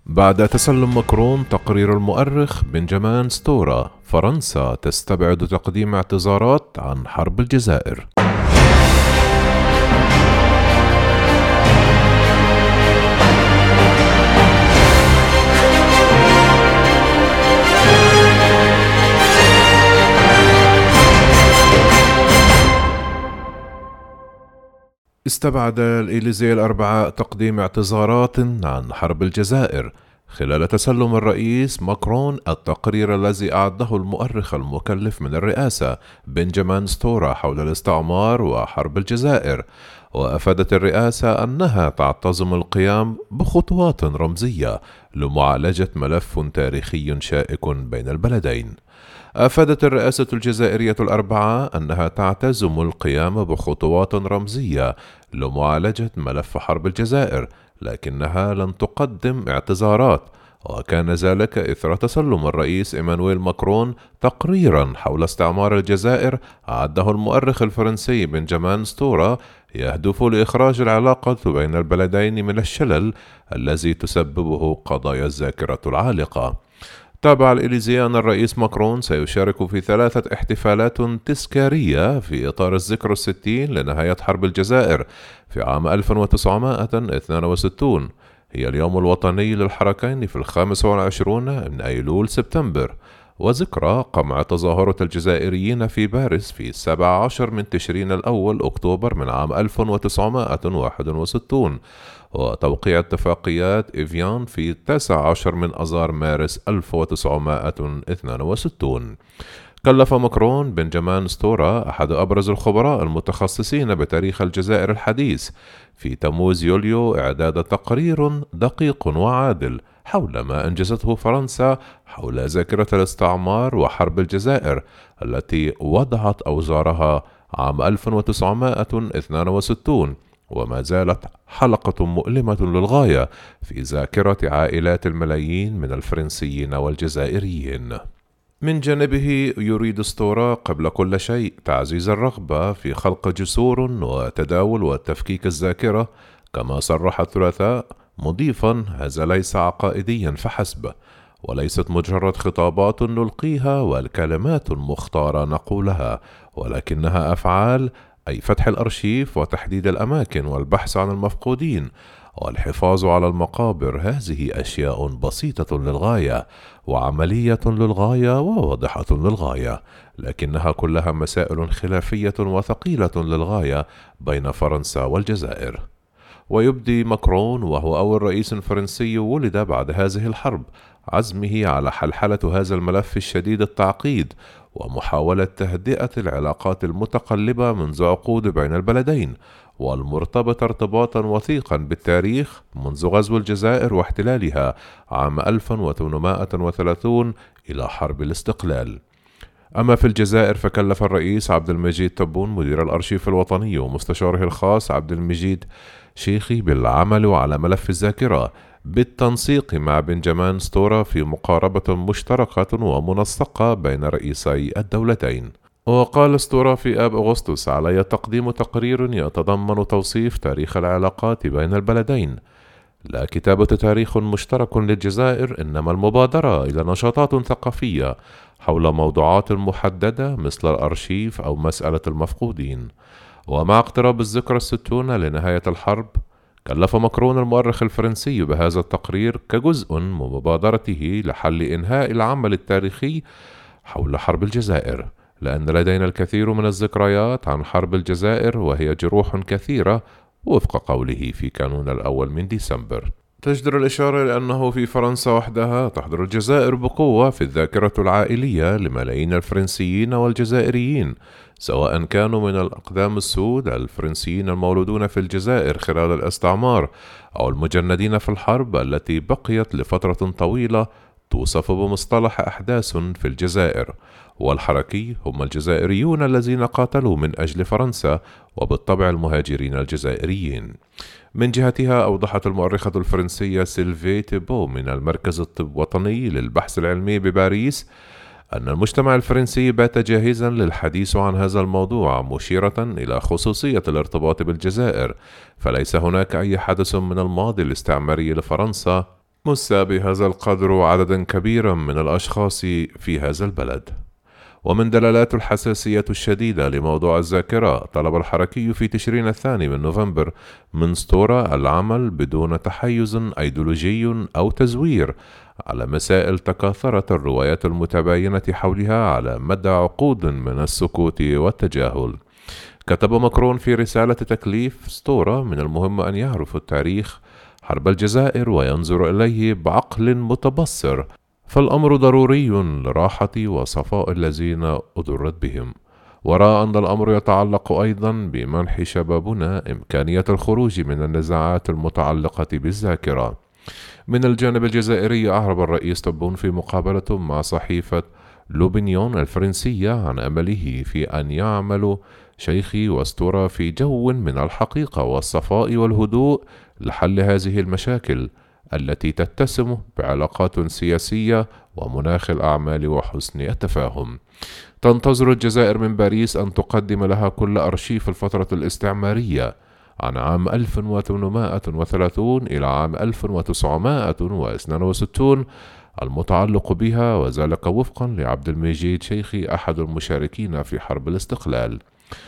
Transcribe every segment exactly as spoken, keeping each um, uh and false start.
بعد تسلم ماكرون تقرير المؤرخ بنجمان ستورا، فرنسا تستبعد تقديم اعتذارات عن حرب الجزائر. استبعد الإليزيه الأربعاء تقديم اعتذارات عن حرب الجزائر خلال تسلم الرئيس ماكرون التقرير الذي أعده المؤرخ المكلف من الرئاسة بنجمان ستورا حول الاستعمار وحرب الجزائر. وأفادت الرئاسة أنها تعتزم القيام بخطوات رمزية لمعالجة ملف تاريخي شائك بين البلدين. أفادت الرئاسة الجزائرية الأربعاء أنها تعتزم القيام بخطوات رمزية لمعالجة ملف حرب الجزائر، لكنها لن تقدم اعتذارات، وكان ذلك إثر تسلم الرئيس إيمانويل ماكرون تقريرا حول استعمار الجزائر أعده المؤرخ الفرنسي بنجمان ستورا يهدف لإخراج العلاقة بين البلدين من الشلل الذي تسببه قضايا الذاكرة العالقة. تابع الإليزيه أن الرئيس ماكرون سيشارك في ثلاثة احتفالات تذكارية في إطار الذكرى الستين لنهاية حرب الجزائر في عام ألف وتسعمائة واثنين وستين، هي اليوم الوطني للحركين في الخامس والعشرون من أيلول سبتمبر، وذكرى قمع تظاهرة الجزائريين في باريس في السابع عشر من تشرين الأول أكتوبر من عام ألف وتسعمائة وواحد وستين، وتوقيع اتفاقيات إيفيان في التاسع عشر من أذار مارس ألف وتسعمائة واثنين وستين. كلف ماكرون بنجمان ستورا أحد أبرز الخبراء المتخصصين بتاريخ الجزائر الحديث في تموز يوليو إعداد تقرير دقيق وعادل حول ما أنجزته فرنسا حول ذاكرة الاستعمار وحرب الجزائر التي وضعت أوزارها عام ألف وتسعمائة واثنين وستين، وما زالت حلقة مؤلمة للغاية في ذاكرة عائلات الملايين من الفرنسيين والجزائريين. من جانبه يريد ستورا قبل كل شيء تعزيز الرغبة في خلق جسور وتداول وتفكيك الذاكرة، كما صرح الثلاثاء مضيفا: هذا ليس عقائديا فحسب، وليست مجرد خطابات نلقيها والكلمات مختارة نقولها، ولكنها أفعال، أي فتح الأرشيف وتحديد الأماكن والبحث عن المفقودين والحفاظ على المقابر. هذه أشياء بسيطة للغاية وعملية للغاية وواضحة للغاية، لكنها كلها مسائل خلافية وثقيلة للغاية بين فرنسا والجزائر. ويبدي ماكرون، وهو أول رئيس فرنسي ولد بعد هذه الحرب، عزمه على حلحلة هذا الملف الشديد التعقيد ومحاولة تهدئة العلاقات المتقلبة منذ عقود بين البلدين، والمرتبطة ارتباطا وثيقا بالتاريخ منذ غزو الجزائر واحتلالها عام ألف وثمانمائة وثلاثين إلى حرب الاستقلال. أما في الجزائر فكلف الرئيس عبد المجيد تبون مدير الأرشيف الوطني ومستشاره الخاص عبد المجيد شيخي بالعمل على ملف الذاكرة بالتنسيق مع بنجمان ستورا في مقاربة مشتركة ومنسقة بين رئيسي الدولتين. وقال ستورا في آب أغسطس: علي تقديم تقرير يتضمن توصيف تاريخ العلاقات بين البلدين، لا كتابة تاريخ مشترك للجزائر، إنما المبادرة إلى نشاطات ثقافية حول موضوعات محددة مثل الأرشيف أو مسألة المفقودين. ومع اقتراب الذكرى الستون لنهاية الحرب، كلف ماكرون المؤرخ الفرنسي بهذا التقرير كجزء من مبادرته لحل إنهاء العمل التاريخي حول حرب الجزائر، لأن لدينا الكثير من الذكريات عن حرب الجزائر وهي جروح كثيرة، وفق قوله في كانون الأول من ديسمبر. تجدر الإشارة لأنه في فرنسا وحدها تحضر الجزائر بقوة في الذاكرة العائلية لملايين الفرنسيين والجزائريين، سواء كانوا من الأقدام السود الفرنسيين المولودون في الجزائر خلال الاستعمار أو المجندين في الحرب التي بقيت لفترة طويلة توصف بمصطلح أحداث في الجزائر. والحركي هم الجزائريون الذين قاتلوا من أجل فرنسا، وبالطبع المهاجرين الجزائريين. من جهتها أوضحت المؤرخة الفرنسية سيلفي تيبو من المركز الوطني للبحث العلمي بباريس أن المجتمع الفرنسي بات جاهزا للحديث عن هذا الموضوع، مشيرة إلى خصوصية الارتباط بالجزائر، فليس هناك أي حدث من الماضي الاستعماري لفرنسا مس بهذا القدر عددا كبيرا من الأشخاص في هذا البلد. ومن دلالات الحساسية الشديدة لموضوع الذاكرة طلب الحركي في تشرين الثاني من نوفمبر من ستورة العمل بدون تحيز أيديولوجي أو تزوير على مسائل تكاثرت الروايات المتباينة حولها على مدى عقود من السكوت والتجاهل. كتب ماكرون في رسالة تكليف ستورة من المهم أن يعرف التاريخ حرب الجزائر وينظر إليه بعقل متبصر، فالأمر ضروري لراحة وصفاء الذين أضرت بهم، ورأى أن الأمر يتعلق أيضا بمنح شبابنا إمكانية الخروج من النزاعات المتعلقة بالذاكرة. من الجانب الجزائري أعرب الرئيس تبون في مقابلة مع صحيفة لوبينيون الفرنسية عن أمله في أن يعمل شيخي وستورة في جو من الحقيقة والصفاء والهدوء لحل هذه المشاكل التي تتسم بعلاقات سياسية ومناخ الأعمال وحسن التفاهم. تنتظر الجزائر من باريس أن تقدم لها كل أرشيف الفترة الاستعمارية عن عام ألف وثمانمائة وثلاثين إلى عام ألف وتسعمائة واثنين وستين المتعلق بها، وذلك وفقا لعبد المجيد شيخي أحد المشاركين في حرب الاستقلال.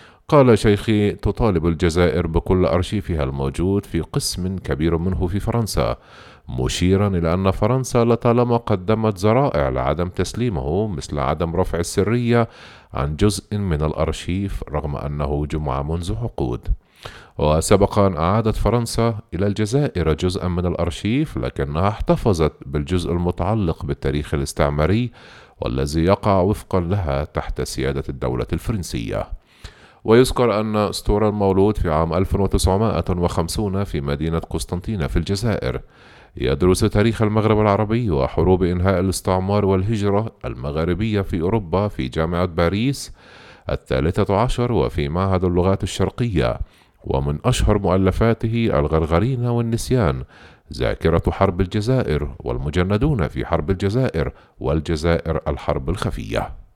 قال شيخي: تطالب الجزائر بكل أرشيفها الموجود في قسم كبير منه في فرنسا، مشيرا إلى أن فرنسا لطالما قدمت ذرائع لعدم تسليمه، مثل عدم رفع السرية عن جزء من الأرشيف رغم أنه جمع منذ عقود. وسبق أن أعادت فرنسا إلى الجزائر جزءا من الأرشيف، لكنها احتفظت بالجزء المتعلق بالتاريخ الاستعماري والذي يقع وفقا لها تحت سيادة الدولة الفرنسية. ويذكر أن ستورة المولود في عام ألف وتسعمائة وخمسين في مدينة قسطنطينة في الجزائر يدرس تاريخ المغرب العربي وحروب إنهاء الاستعمار والهجرة المغاربية في أوروبا في جامعة باريس الثالثة عشر وفي معهد اللغات الشرقية. ومن أشهر مؤلفاته الغرغرين والنسيان، ذاكرة حرب الجزائر، والمجندون في حرب الجزائر، والجزائر الحرب الخفية.